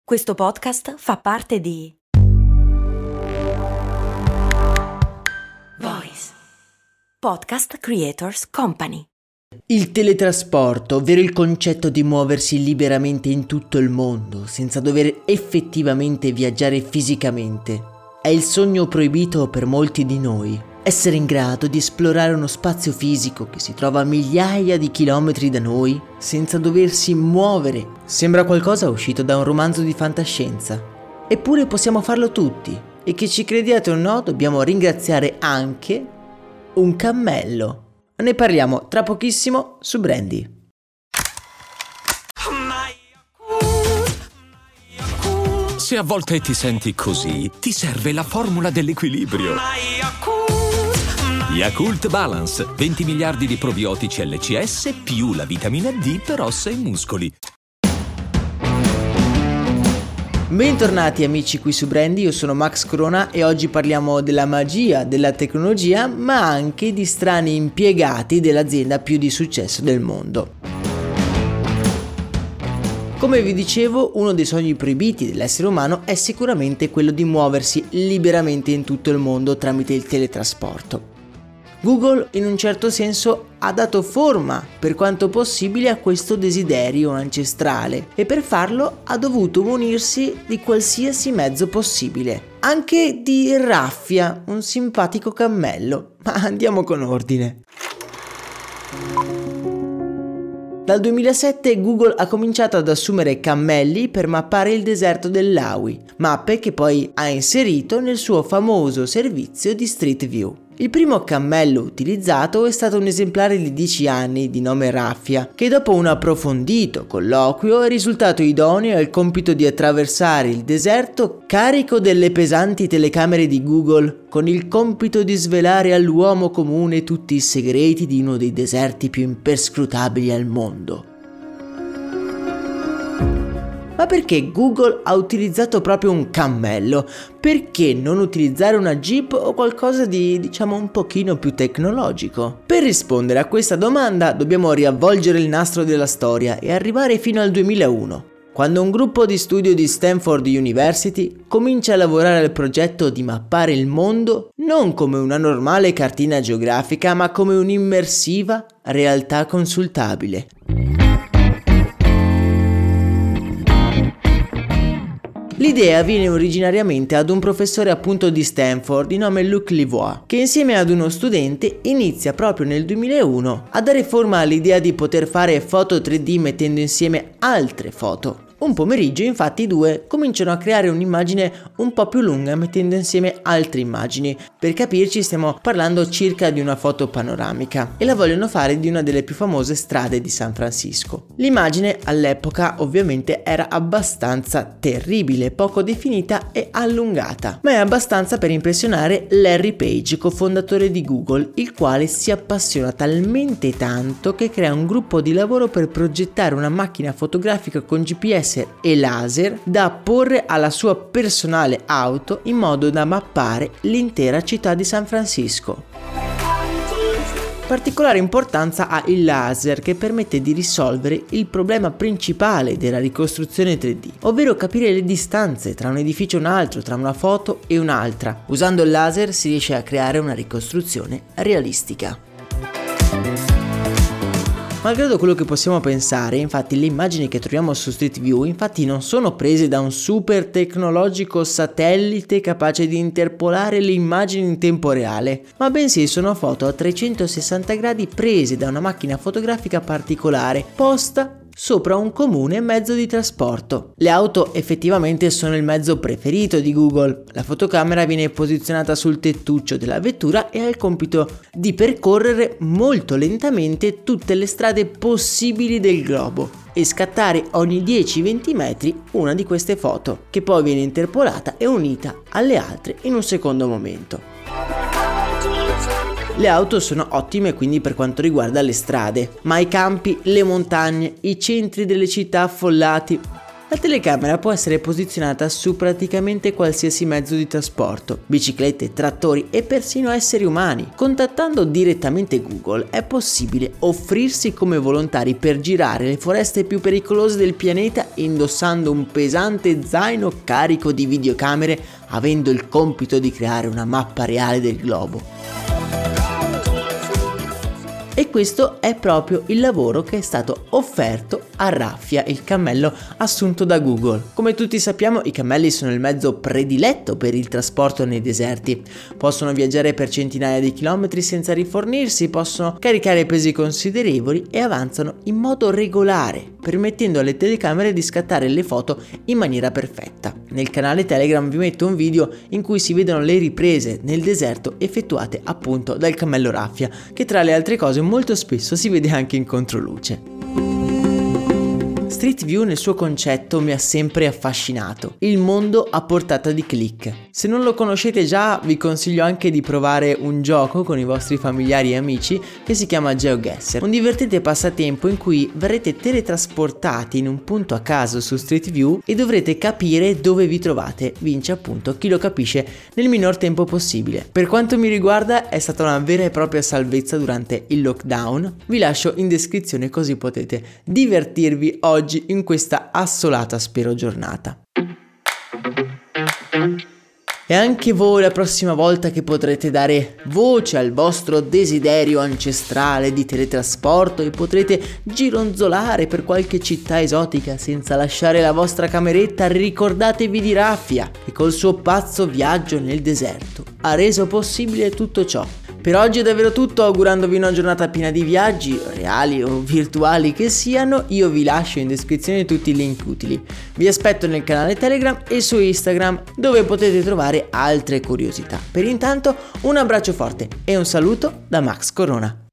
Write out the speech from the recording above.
Questo podcast fa parte di Voice Podcast Creators Company. Il teletrasporto, ovvero il concetto di muoversi liberamente in tutto il mondo senza dover effettivamente viaggiare fisicamente, è il sogno proibito per molti di noi. Essere in grado di esplorare uno spazio fisico che si trova a migliaia di chilometri da noi senza doversi muovere sembra qualcosa uscito da un romanzo di fantascienza. Eppure possiamo farlo tutti e che ci crediate o no dobbiamo ringraziare anche un cammello. Ne parliamo tra pochissimo su Brandy. Se a volte ti senti così, ti serve la formula dell'equilibrio. Yakult Balance, 20 miliardi di probiotici LCS più la vitamina D per ossa e muscoli. Bentornati amici qui su Brandy, io sono Max Corona e oggi parliamo della magia della tecnologia, ma anche di strani impiegati dell'azienda più di successo del mondo. Come vi dicevo, uno dei sogni proibiti dell'essere umano è sicuramente quello di muoversi liberamente in tutto il mondo tramite il teletrasporto. Google in un certo senso ha dato forma per quanto possibile a questo desiderio ancestrale e per farlo ha dovuto munirsi di qualsiasi mezzo possibile, anche di raffia, un simpatico cammello. Ma andiamo con ordine. Dal 2007 Google ha cominciato ad assumere cammelli per mappare il deserto dell'Awi, mappe che poi ha inserito nel suo famoso servizio di Street View. Il primo cammello utilizzato è stato un esemplare di 10 anni di nome Raffia, che dopo un approfondito colloquio è risultato idoneo al compito di attraversare il deserto carico delle pesanti telecamere di Google, con il compito di svelare all'uomo comune tutti i segreti di uno dei deserti più imperscrutabili al mondo. Ma perché Google ha utilizzato proprio un cammello? Perché non utilizzare una Jeep o qualcosa di, un pochino più tecnologico? Per rispondere a questa domanda dobbiamo riavvolgere il nastro della storia e arrivare fino al 2001, quando un gruppo di studio di Stanford University comincia a lavorare al progetto di mappare il mondo non come una normale cartina geografica, ma come un'immersiva realtà consultabile. L'idea viene originariamente ad un professore appunto di Stanford di nome Luc Livois, che insieme ad uno studente inizia proprio nel 2001 a dare forma all'idea di poter fare foto 3D mettendo insieme altre foto. Un pomeriggio infatti i due cominciano a creare un'immagine un po' più lunga mettendo insieme altre immagini. Per capirci stiamo parlando circa di una foto panoramica e la vogliono fare di una delle più famose strade di San Francisco. L'immagine all'epoca ovviamente era abbastanza terribile, poco definita e allungata, ma è abbastanza per impressionare Larry Page, cofondatore di Google, il quale si appassiona talmente tanto che crea un gruppo di lavoro per progettare una macchina fotografica con GPS e laser da apporre alla sua personale auto in modo da mappare l'intera città di San Francisco. Particolare importanza ha il laser, che permette di risolvere il problema principale della ricostruzione 3D, ovvero capire le distanze tra un edificio e un altro, tra una foto e un'altra. Usando il laser si riesce a creare una ricostruzione realistica. Malgrado quello che possiamo pensare, infatti le immagini che troviamo su Street View infatti non sono prese da un super tecnologico satellite capace di interpolare le immagini in tempo reale, ma bensì sono foto a 360 gradi prese da una macchina fotografica particolare, posta sopra un comune mezzo di trasporto. Le auto effettivamente sono il mezzo preferito di Google. La fotocamera viene posizionata sul tettuccio della vettura e ha il compito di percorrere molto lentamente tutte le strade possibili del globo e scattare ogni 10-20 metri una di queste foto, che poi viene interpolata e unita alle altre in un secondo momento. Le auto sono ottime quindi per quanto riguarda le strade, ma i campi, le montagne, i centri delle città affollati La telecamera può essere posizionata su praticamente qualsiasi mezzo di trasporto, biciclette, trattori e persino esseri umani. Contattando direttamente Google è possibile offrirsi come volontari per girare le foreste più pericolose del pianeta indossando un pesante zaino carico di videocamere, avendo il compito di creare una mappa reale del globo. E questo è proprio il lavoro che è stato offerto a Raffia, il cammello assunto da Google. Come tutti sappiamo, i cammelli sono il mezzo prediletto per il trasporto nei deserti. Possono viaggiare per centinaia di chilometri senza rifornirsi, possono caricare pesi considerevoli e avanzano in modo regolare, permettendo alle telecamere di scattare le foto in maniera perfetta. Nel canale Telegram vi metto un video in cui si vedono le riprese nel deserto effettuate appunto dal cammello Raffia, che tra le altre cose molto spesso si vede anche in controluce. Street View nel suo concetto mi ha sempre affascinato, il mondo a portata di click. Se non lo conoscete già, vi consiglio anche di provare un gioco con i vostri familiari e amici che si chiama GeoGuessr, un divertente passatempo in cui verrete teletrasportati in un punto a caso su Street View e dovrete capire dove vi trovate. Vince appunto chi lo capisce nel minor tempo possibile. Per quanto mi riguarda è stata una vera e propria salvezza durante il lockdown. Vi lascio in descrizione così potete divertirvi oggi in questa assolata, spero, giornata. E anche voi la prossima volta che potrete dare voce al vostro desiderio ancestrale di teletrasporto e potrete gironzolare per qualche città esotica senza lasciare la vostra cameretta, ricordatevi di Raffia, che col suo pazzo viaggio nel deserto ha reso possibile tutto ciò. Per oggi è davvero tutto, augurandovi una giornata piena di viaggi, reali o virtuali che siano. Io vi lascio in descrizione tutti i link utili. Vi aspetto nel canale Telegram e su Instagram, dove potete trovare altre curiosità. Per intanto un abbraccio forte e un saluto da Max Corona.